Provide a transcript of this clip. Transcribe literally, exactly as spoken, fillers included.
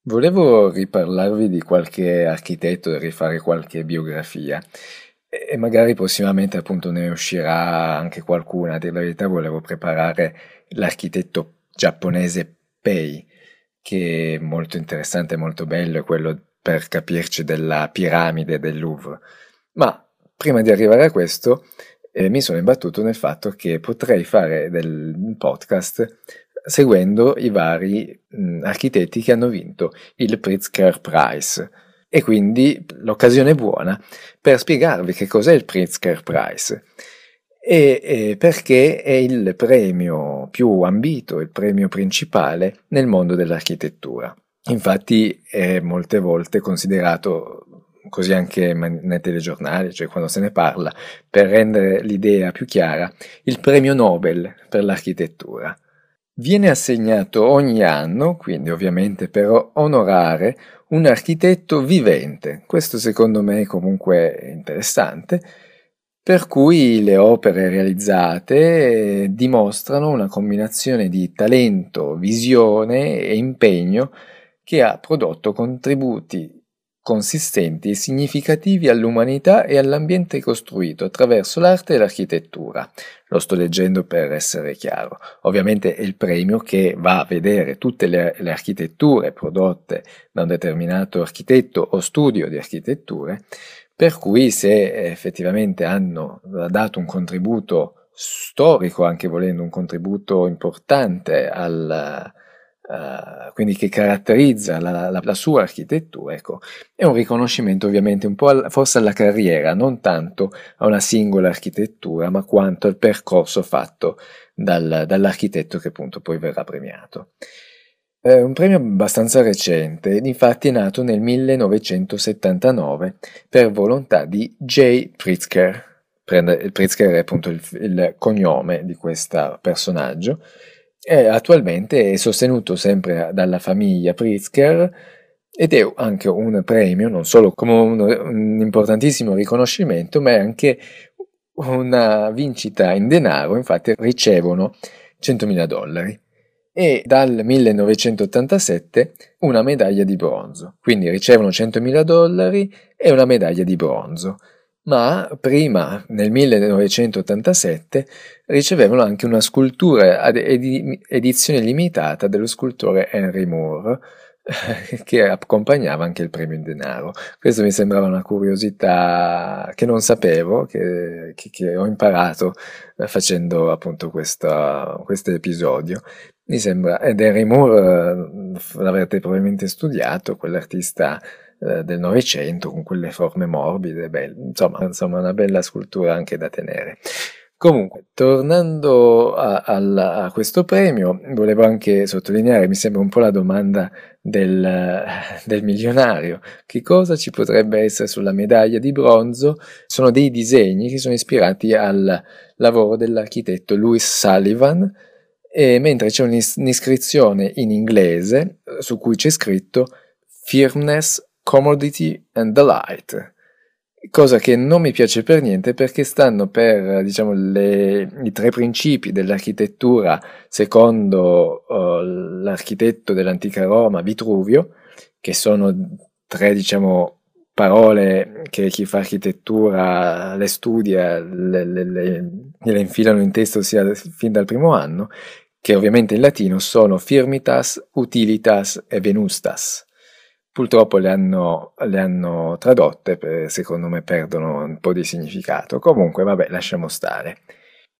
Volevo riparlarvi di qualche architetto e rifare qualche biografia e e magari prossimamente appunto ne uscirà anche qualcuna. A dire la verità volevo preparare l'architetto giapponese Pei, che è molto interessante e molto bello, è quello per capirci della piramide del Louvre. Ma prima di arrivare a questo, eh, mi sono imbattuto nel fatto che potrei fare del podcast seguendo i vari mh, architetti che hanno vinto il Pritzker Prize. E quindi l'occasione è buona per spiegarvi che cos'è il Pritzker Prize e, e perché è il premio più ambito, il premio principale nel mondo dell'architettura. Infatti è molte volte considerato, così anche nei telegiornali, cioè quando se ne parla, per rendere l'idea più chiara, il premio Nobel per l'architettura. Viene assegnato ogni anno, quindi ovviamente per onorare un architetto vivente. Questo secondo me è comunque interessante, per cui le opere realizzate eh, dimostrano una combinazione di talento, visione e impegno che ha prodotto contributi consistenti e significativi all'umanità e all'ambiente costruito attraverso l'arte e l'architettura. Lo sto leggendo per essere chiaro. Ovviamente è il premio che va a vedere tutte le, le architetture prodotte da un determinato architetto o studio di architetture, per cui se effettivamente hanno dato un contributo storico, anche volendo un contributo importante al, uh, quindi che caratterizza la, la, la sua architettura, ecco, è un riconoscimento ovviamente un po' al, forse alla carriera, non tanto a una singola architettura, ma quanto al percorso fatto dal, dall'architetto che appunto poi verrà premiato. È un premio abbastanza recente, infatti è nato nel millenovecentosettantanove per volontà di J. Pritzker. Pritzker è appunto il, il cognome di questo personaggio e attualmente è sostenuto sempre dalla famiglia Pritzker ed è anche un premio, non solo come un, un importantissimo riconoscimento, ma è anche una vincita in denaro, infatti ricevono centomila dollari e dal millenovecentottantasette una medaglia di bronzo. Quindi ricevono centomila dollari e una medaglia di bronzo. Ma prima, nel millenovecentottantasette, ricevevano anche una scultura ad edizione limitata dello scultore Henry Moore, che accompagnava anche il premio in denaro. Questo mi sembrava una curiosità che non sapevo, che, che, che ho imparato facendo appunto questo episodio. Mi sembra, ed Henry Moore l'avrete probabilmente studiato, quell'artista eh, del Novecento con quelle forme morbide, beh, insomma, insomma una bella scultura anche da tenere. Comunque, tornando a, a, a questo premio, volevo anche sottolineare, mi sembra un po' la domanda del, del milionario, che cosa ci potrebbe essere sulla medaglia di bronzo? Sono dei disegni che sono ispirati al lavoro dell'architetto Louis Sullivan, e mentre c'è un'iscrizione in inglese su cui c'è scritto Firmness, Commodity and Delight, cosa che non mi piace per niente perché stanno per, diciamo, le, i tre principi dell'architettura secondo uh, l'architetto dell'antica Roma Vitruvio, che sono tre, diciamo, parole che chi fa architettura le studia, le, le, le, le infilano in testa sia fin dal primo anno, che ovviamente in latino sono firmitas, utilitas e venustas. Purtroppo le hanno, le hanno tradotte, secondo me perdono un po' di significato. Comunque, vabbè, lasciamo stare.